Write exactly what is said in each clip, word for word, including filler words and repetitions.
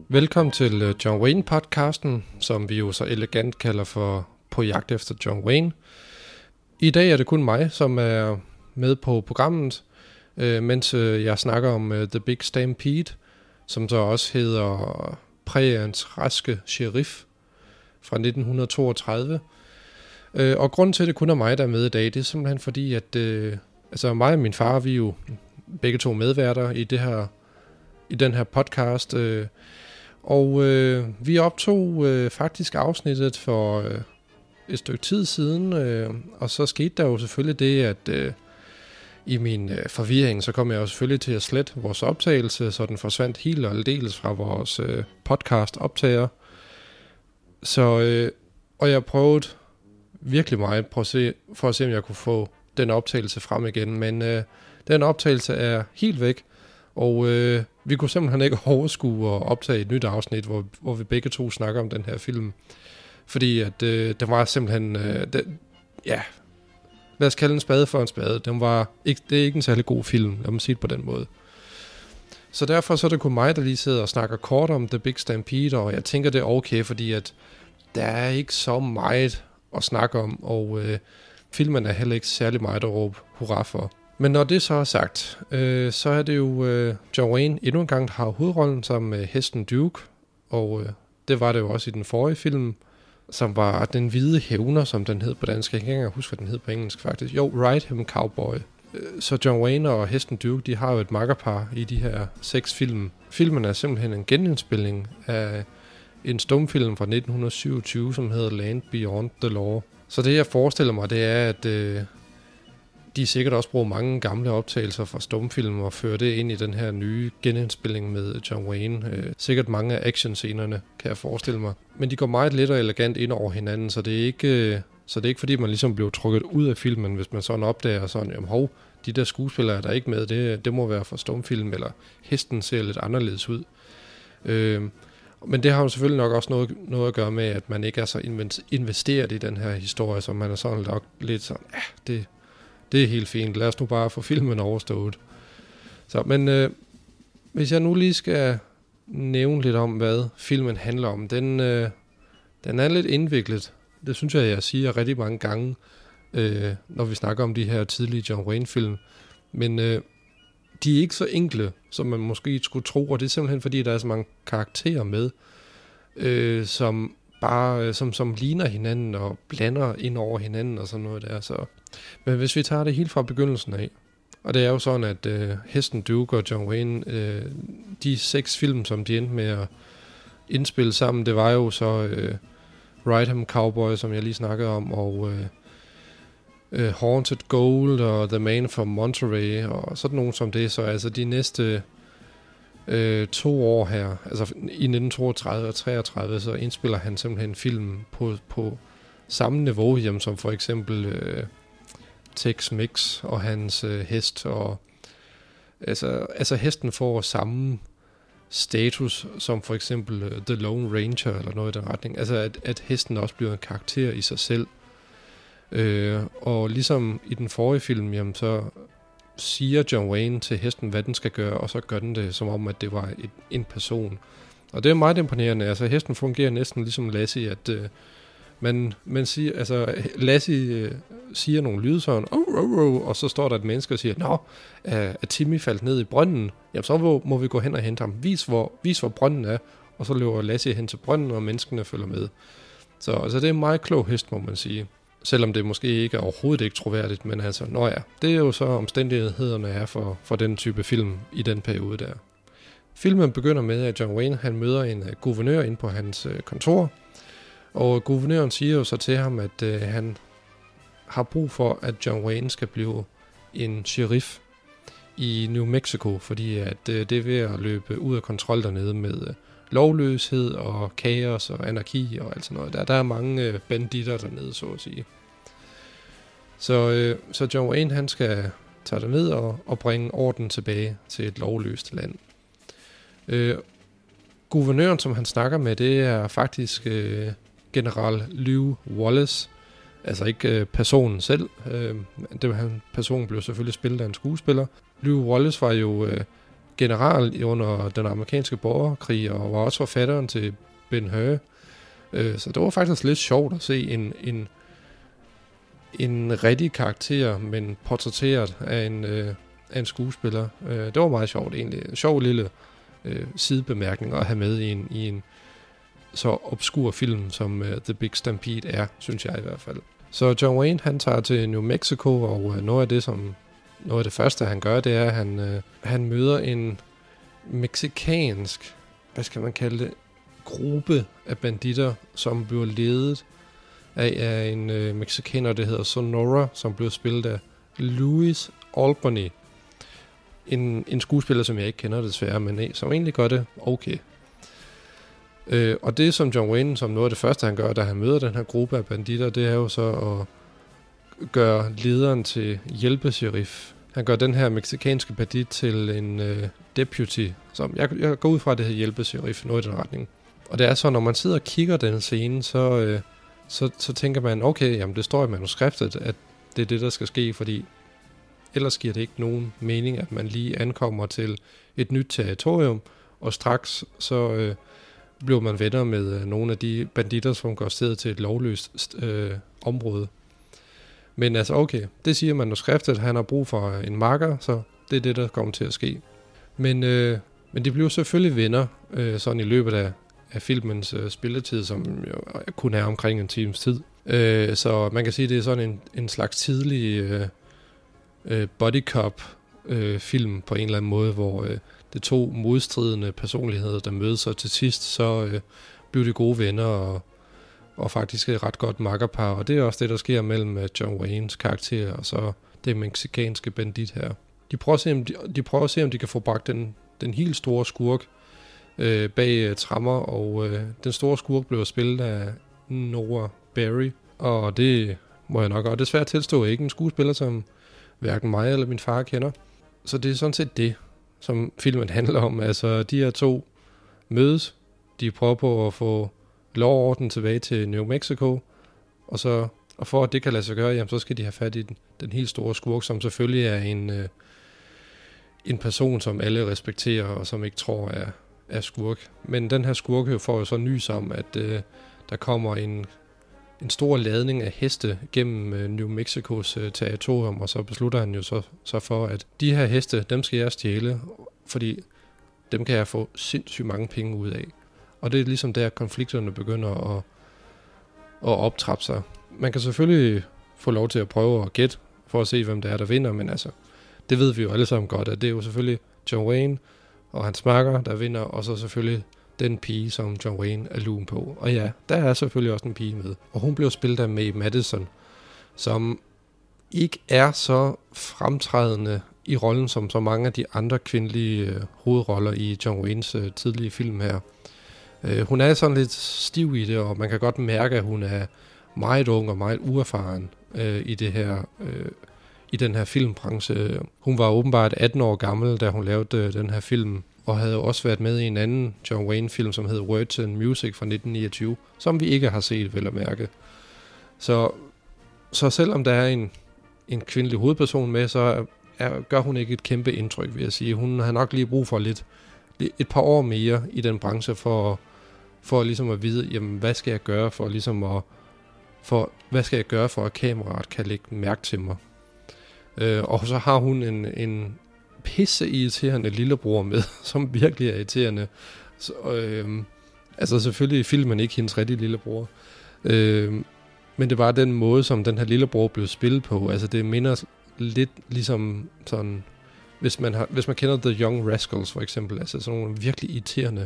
Velkommen til John Wayne-podcasten, som vi jo så elegant kalder for På jagt efter John Wayne. I dag er det kun mig, som er med på programmet, øh, mens øh, jeg snakker om uh, The Big Stampede, som så også hedder Præriens raske sheriff fra nitten toogtredive. Øh, og grunden til, at det kun er mig, der er med i dag, det er simpelthen fordi, at øh, altså mig og min far, vi er jo begge to medværter i, det her, i den her podcast, øh, og øh, vi optog øh, faktisk afsnittet for øh, et stykke tid siden, øh, og så skete der jo selvfølgelig det, at øh, i min øh, forvirring, så kom jeg jo selvfølgelig til at slette vores optagelse, så den forsvandt helt og aldeles fra vores øh, podcast optager. Så, øh, og jeg prøvede virkelig meget på at se, for at se, om jeg kunne få den optagelse frem igen, men øh, den optagelse er helt væk, og øh, vi kunne simpelthen ikke overskue at optage et nyt afsnit, hvor, hvor vi begge to snakker om den her film, fordi at øh, den var simpelthen, øh, den, ja, lad os kalde en spade for en spade, den var ikke, det er ikke en særlig god film, lad mig sige det på den måde. Så derfor så er det kun mig, der lige sidder og snakker kort om The Big Stampede, og jeg tænker det er okay, fordi at der er ikke så meget at snakke om, og øh, filmen er heller ikke særlig meget at råbe hurra for. Men når det så er sagt, øh, så er det jo øh, John Wayne endnu en gang, der har hovedrollen sammen med hesten Duke, og øh, det var det jo også i den forrige film, som var Den hvide hævner, som den hed på dansk. Jeg kan ikke engang huske, hvad den hed på engelsk faktisk. Jo, Ride Him Cowboy. Så John Wayne og hesten Duke, de har jo et makkerpar i de her seks film. Filmen er simpelthen en genindspilning af en stumfilm fra nitten syvogtyve, som hedder Land Beyond the Law. Så det jeg forestiller mig, det er, at øh, de sikkert også bruger mange gamle optagelser fra stumfilm og fører det ind i den her nye genindspilning med John Wayne. Øh, sikkert mange af actionscenerne, kan jeg forestille mig. Men de går meget let og elegant ind over hinanden, så det er ikke, øh, så det er ikke fordi, man ligesom bliver trukket ud af filmen, hvis man sådan opdager sådan, jamen hov, de der skuespillere, der er ikke med, det, det må være fra stumfilm, eller hesten ser lidt anderledes ud. Øh, Men det har jo selvfølgelig nok også noget, noget at gøre med, at man ikke er så investeret i den her historie, så man er sådan nok lidt sådan, ja, det, det er helt fint, lad os nu bare få filmen overstået. Så, men øh, hvis jeg nu lige skal nævne lidt om, hvad filmen handler om, den, øh, den er lidt indviklet. Det synes jeg, jeg siger rigtig mange gange, øh, når vi snakker om de her tidlige John Wayne-film. Men øh, de er ikke så enkle, som man måske skulle tro, og det er simpelthen fordi, der er så mange karakterer med, øh, som bare som, som ligner hinanden og blander ind over hinanden og sådan noget der. Så. Men hvis vi tager det helt fra begyndelsen af, og det er jo sådan, at øh, hesten Duke og John Wayne, øh, de seks film, som de endte med at indspille sammen, det var jo så øh, Ride Him Cowboy, som jeg lige snakkede om, og øh, Uh, Haunted Gold og The Man from Monterey og sådan nogen som det. Så altså de næste uh, to år her, altså i nitten toogtredive og treogtredive, så indspiller han simpelthen film på, på samme niveau, jamen, som for eksempel uh, Tex-Mex og hans uh, hest. Og, altså, altså hesten får samme status som for eksempel uh, The Lone Ranger eller noget i den retning. Altså at, at hesten også bliver en karakter i sig selv. Øh, og ligesom i den forrige film, jamen, så siger John Wayne til hesten, hvad den skal gøre, og så gør den det, som om, at det var et, en person. Og det er meget imponerende. Altså, hesten fungerer næsten ligesom Lassie, at øh, man, man siger, altså, Lassie øh, siger nogle lyde sådan, oh, oh, oh, og så står der et menneske og siger, nå, er, er Timmy faldt ned i brønden? Jamen, så må, må vi gå hen og hente ham. Vis hvor, vis, hvor brønden er. Og så løber Lassie hen til brønden, og menneskene følger med. Så altså, det er en meget klog hest, må man sige. Selvom det måske ikke er overhovedet ikke troværdigt, men altså, nå ja, det er jo så omstændighederne er for, for den type film i den periode der. Filmen begynder med, at John Wayne han møder en uh, guvernør inde på hans uh, kontor, og guvernøren siger jo så til ham, at uh, han har brug for, at John Wayne skal blive en sheriff i New Mexico, fordi at uh, det er ved at løbe ud af kontrol dernede med uh, lovløshed og kaos og anarki og alt sådan noget. Der, der er mange øh, banditter dernede, så at sige. Så, øh, så John Wayne, han skal tage derned og, og bringe orden tilbage til et lovløst land. Øh, guvernøren, som han snakker med, det er faktisk øh, general Lew Wallace. Altså ikke øh, personen selv. Øh, det, han, personen blev selvfølgelig spillet af en skuespiller. Lew Wallace var jo øh, general under den amerikanske borgerkrig, og var også forfatteren til Ben-Hur. Øh, så det var faktisk lidt sjovt at se en, en, en rigtig karakter, men portrætteret af en, øh, af en skuespiller. Øh, det var meget sjovt egentlig. En sjov lille øh, sidebemærkning at have med i en, i en så obskur film, som uh, The Big Stampede er, synes jeg i hvert fald. Så John Wayne, han tager til New Mexico, og uh, noget af det, som noget af det første, han gør, det er, at han, uh, han møder en mexikansk, hvad skal man kalde det, gruppe af banditter, som bliver ledet af, af en uh, mexikaner, der hedder Sonora, som blev spillet af Louis Albany. En, en skuespiller, som jeg ikke kender desværre, men som egentlig gør det okay. Øh, og det som John Wayne, som noget af det første han gør, da han møder den her gruppe af banditter, det er jo så at gøre lederen til hjælpesheriff. Han gør den her mexikanske bandit til en øh, deputy, som jeg, jeg går ud fra, det her hjælpesheriff, noget i den retning. Og det er så, når man sidder og kigger den scene, så, øh, så, så tænker man, okay, jamen det står i manuskriptet, at det er det, der skal ske, fordi ellers giver det ikke nogen mening, at man lige ankommer til et nyt territorium, og straks så øh, bliver man venner med øh, nogle af de banditter, som går stedet til et lovløst øh, område. Men altså okay, det siger manuskriptet, at han har brug for en makker, så det er det, der kommer til at ske. Men, øh, men de bliver selvfølgelig venner, øh, sådan i løbet af, af filmens øh, spilletid, som jo kun er omkring en times tid. Øh, så man kan sige, at det er sådan en, en slags tidlig øh, øh, body cop øh, film på en eller anden måde, hvor øh, det to modstridende personligheder, der mødes, og til sidst så øh, bliver de gode venner og, og faktisk et ret godt makkerpar, og det er også det, der sker mellem øh, John Waynes karakter og så det mexikanske bandit her. De prøver at se, om de, de, prøver at se, om de kan få bragt den, den helt store skurk øh, bag øh, trammer, og øh, den store skurk blev spillet af Nora Barry, og det må jeg nok også desværre tilstå, ikke en skuespiller, som hverken mig eller min far kender. Så det er sådan set det, som filmen handler om. Altså, de her to mødes, de prøver på at få lov og orden tilbage til New Mexico, og så og for at det kan lade sig gøre, jamen, så skal de have fat i den, den helt store skurk, som selvfølgelig er en, øh, en person, som alle respekterer, og som ikke tror er, er skurk. Men den her skurk får jo så nys om, at øh, der kommer en, en stor ladning af heste gennem øh, New Mexicos øh, territorium, og så beslutter han jo så, så for, at de her heste, dem skal jeg stjæle, fordi dem kan jeg få sindssygt mange penge ud af. Og det er ligesom der, konflikterne begynder at, at optrappe sig. Man kan selvfølgelig få lov til at prøve at gætte, for at se, hvem det er, der vinder, men altså, det ved vi jo alle sammen godt, at det er jo selvfølgelig John Wayne og hans makker, der vinder, og så selvfølgelig den pige, som John Wayne er lun på. Og ja, der er selvfølgelig også en pige med. Og hun blev spillet af Mae Madison, som ikke er så fremtrædende i rollen som så mange af de andre kvindelige øh, hovedroller i John Waynes øh, tidlige film her. Øh, hun er sådan lidt stiv i det, og man kan godt mærke, at hun er meget ung og meget uerfaren øh, i det her øh, i den her filmbranche. Hun var åbenbart atten år gammel, da hun lavede øh, den her film, og havde også været med i en anden John Wayne-film, som hed Words and Music fra nitten niogtyve, som vi ikke har set, vel at mærke. Så, så selvom der er en, en kvindelig hovedperson med, så er, gør hun ikke et kæmpe indtryk, vil jeg sige. Hun har nok lige brug for lidt, et par år mere i den branche, for, for ligesom at vide, jamen, hvad skal jeg gøre for ligesom at for, hvad skal jeg gøre for, at kameraet kan lægge mærke til mig. Øh, og så har hun en, en pisse irriterende lillebror med, som virkelig er irriterende. Så, øh, altså selvfølgelig i filmen ikke hendes rigtige lillebror. Øh, men det var den måde, som den her lillebror blev spillet på. Altså det minder lidt ligesom sådan, hvis man, har, hvis man kender The Young Rascals for eksempel, altså sådan nogle virkelig irriterende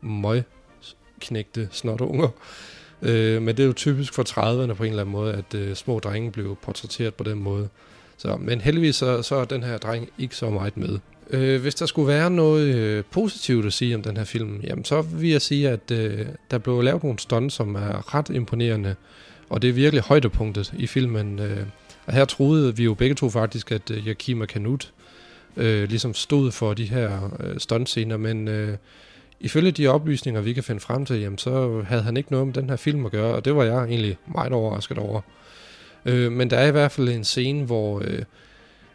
møgknægte snotunger. Øh, men det er jo typisk for trediverne på en eller anden måde, at øh, små drenge blev portrætteret på den måde. Så, men heldigvis så, så er den her dreng ikke så meget med. Øh, hvis der skulle være noget øh, positivt at sige om den her film, jamen så vil jeg sige, at øh, der blev lavet nogle stunts, som er ret imponerende. Og det er virkelig højdepunktet i filmen. Øh, og her troede vi jo begge to faktisk, at øh, Yakima Kanut øh, ligesom stod for de her øh, stuntscener, men øh, ifølge de oplysninger, vi kan finde frem til, jamen, så havde han ikke noget med den her film at gøre, og det var jeg egentlig meget overrasket over. Øh, men der er i hvert fald en scene, hvor øh,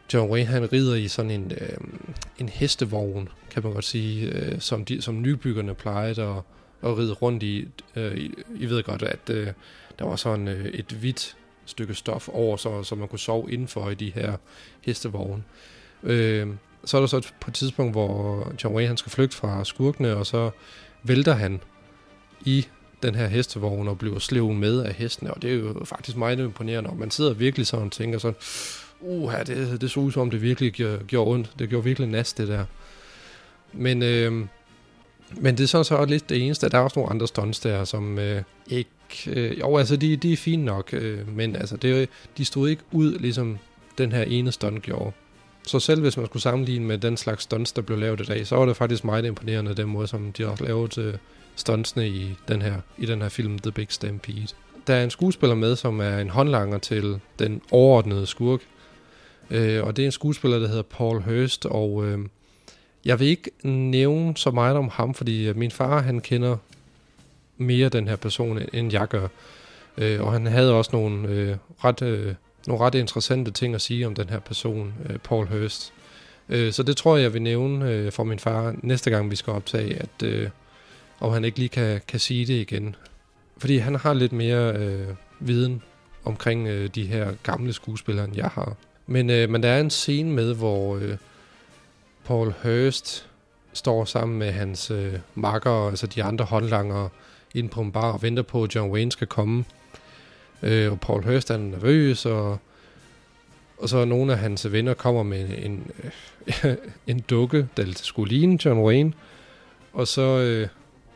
John Wayne han rider i sådan en, øh, en hestevogn, kan man godt sige, øh, som, de, som nybyggerne plejede at, at ride rundt i. Øh, I, I ved godt, at øh, der var sådan øh, et hvidt stykke stof over, så, så man kunne sove indenfor i de her hestevogne. Øh, så er der så et, på et tidspunkt, hvor John Wayne han skal flygte fra skurkene, og så vælter han i den her hestevogn og bliver slevet med af hestene, og det er jo faktisk meget imponerende, og man sidder virkelig sådan og tænker sådan, uha, det, det så ud som om det virkelig gjorde, gjorde ondt, det gjorde virkelig næst det der. Men, øh, men det er sådan så lidt det eneste, der er også nogle andre stunts der, som øh, ikke, øh, jo altså de, de er fine nok, øh, men altså det, de stod ikke ud, ligesom den her ene stunt gjorde. Så selv hvis man skulle sammenligne med den slags stunts, der blev lavet i dag, så var det faktisk meget imponerende, den måde, som de også lavede øh, stuntsene i den her, i den her film, The Big Stampede. Der er en skuespiller med, som er en håndlanger til den overordnede skurk, øh, og det er en skuespiller, der hedder Paul Hurst, og øh, jeg vil ikke nævne så meget om ham, fordi min far, han kender mere den her person, end jeg gør, øh, og han havde også nogle øh, ret... Øh, nogle ret interessante ting at sige om den her person, øh, Paul Hurst. Øh, så det tror jeg, jeg vil nævne øh, for min far næste gang, vi skal optage, at øh, om han ikke lige kan, kan sige det igen. Fordi han har lidt mere øh, viden omkring øh, de her gamle skuespillere, end jeg har. Men, øh, men der er en scene med, hvor øh, Paul Hurst står sammen med hans øh, makker, altså de andre håndlangere, inde på en bar og venter på, at John Wayne skal komme. Øh, og Paul Hurst er nervøs, og, og så nogle af hans venner kommer med en, øh, en dukke, der skulle ligne John Wayne, og så øh,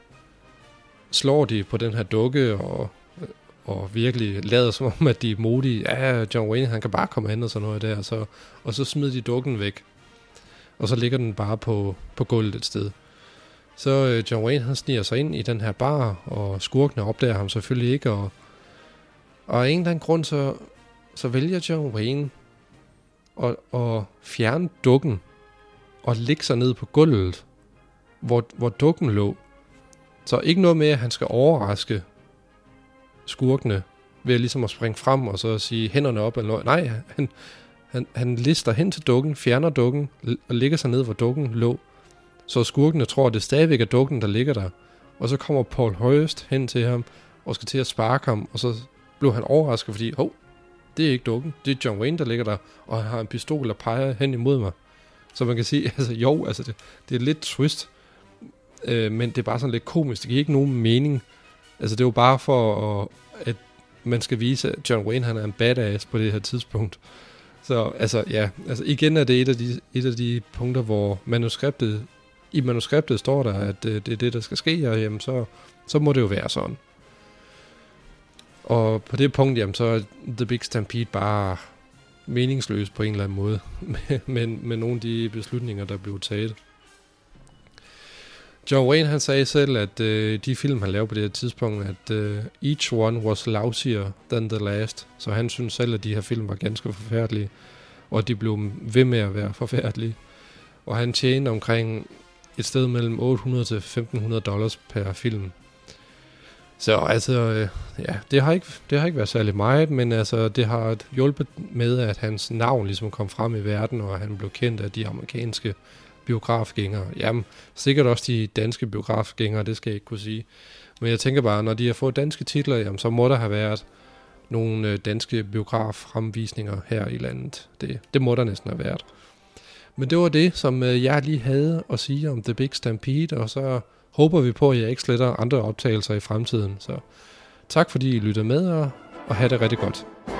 slår de på den her dukke, og, og virkelig lader som om, at de er modige. Ja, John Wayne, han kan bare komme hen og sådan noget der, og så, og så smider de dukken væk, og så ligger den bare på, på gulvet et sted. Så øh, John Wayne, han sniger sig ind i den her bar, og skurkene opdager ham selvfølgelig ikke, og Og af en eller anden grund, så, så vælger John Wayne at, at fjerne dukken og lægge sig ned på gulvet, hvor, hvor dukken lå. Så ikke noget med, at han skal overraske skurkene ved ligesom at springe frem og så sige hænderne op eller noget. Nej, han, han, han lister hen til dukken, fjerner dukken og lægger sig ned, hvor dukken lå. Så skurkene tror, at det stadigvæk er dukken, der ligger der. Og så kommer Paul Hurst hen til ham og skal til at sparke ham, og så blev han overrasket, fordi, hov, det er ikke dukken, det er John Wayne, der ligger der, og han har en pistol, der peger hen imod mig. Så man kan sige, altså jo, altså det, det er lidt twist, øh, men det er bare sådan lidt komisk, det giver ikke nogen mening. Altså det er jo bare for, at, at man skal vise, at John Wayne, han er en badass på det her tidspunkt. Så altså ja, altså igen er det et af de, et af de punkter, hvor manuskriptet, i manuskriptet står der, at øh, det er det, der skal ske, og jamen, så, så må det jo være sådan. Og på det punkt, jamen, så er The Big Stampede bare meningsløs på en eller anden måde, med, med, med nogle af de beslutninger, der blev taget. John Wayne, han sagde selv, at øh, de film, han lavede på det her tidspunkt, at øh, each one was lousier than the last. Så han synes selv, at de her film var ganske forfærdelige, og at de blev ved med at være forfærdelige. Og han tjente omkring et sted mellem otte hundrede til femten hundrede dollars per film. Så altså, øh, ja, det har, ikke, det har ikke været særlig meget, men altså, det har hjulpet med, at hans navn ligesom kom frem i verden, og han blev kendt af de amerikanske biografgængere. Jamen, sikkert også de danske biografgængere, det skal jeg ikke kunne sige. Men jeg tænker bare, når de har fået danske titler, jamen, så må der have været nogle øh, danske biograffremvisninger her i landet. Det, det må der næsten have været. Men det var det, som øh, jeg lige havde at sige om The Big Stampede, og så håber vi på, at jeg ikke sletter andre optagelser i fremtiden. Så tak fordi I lyttede med, og, og have det rigtig godt.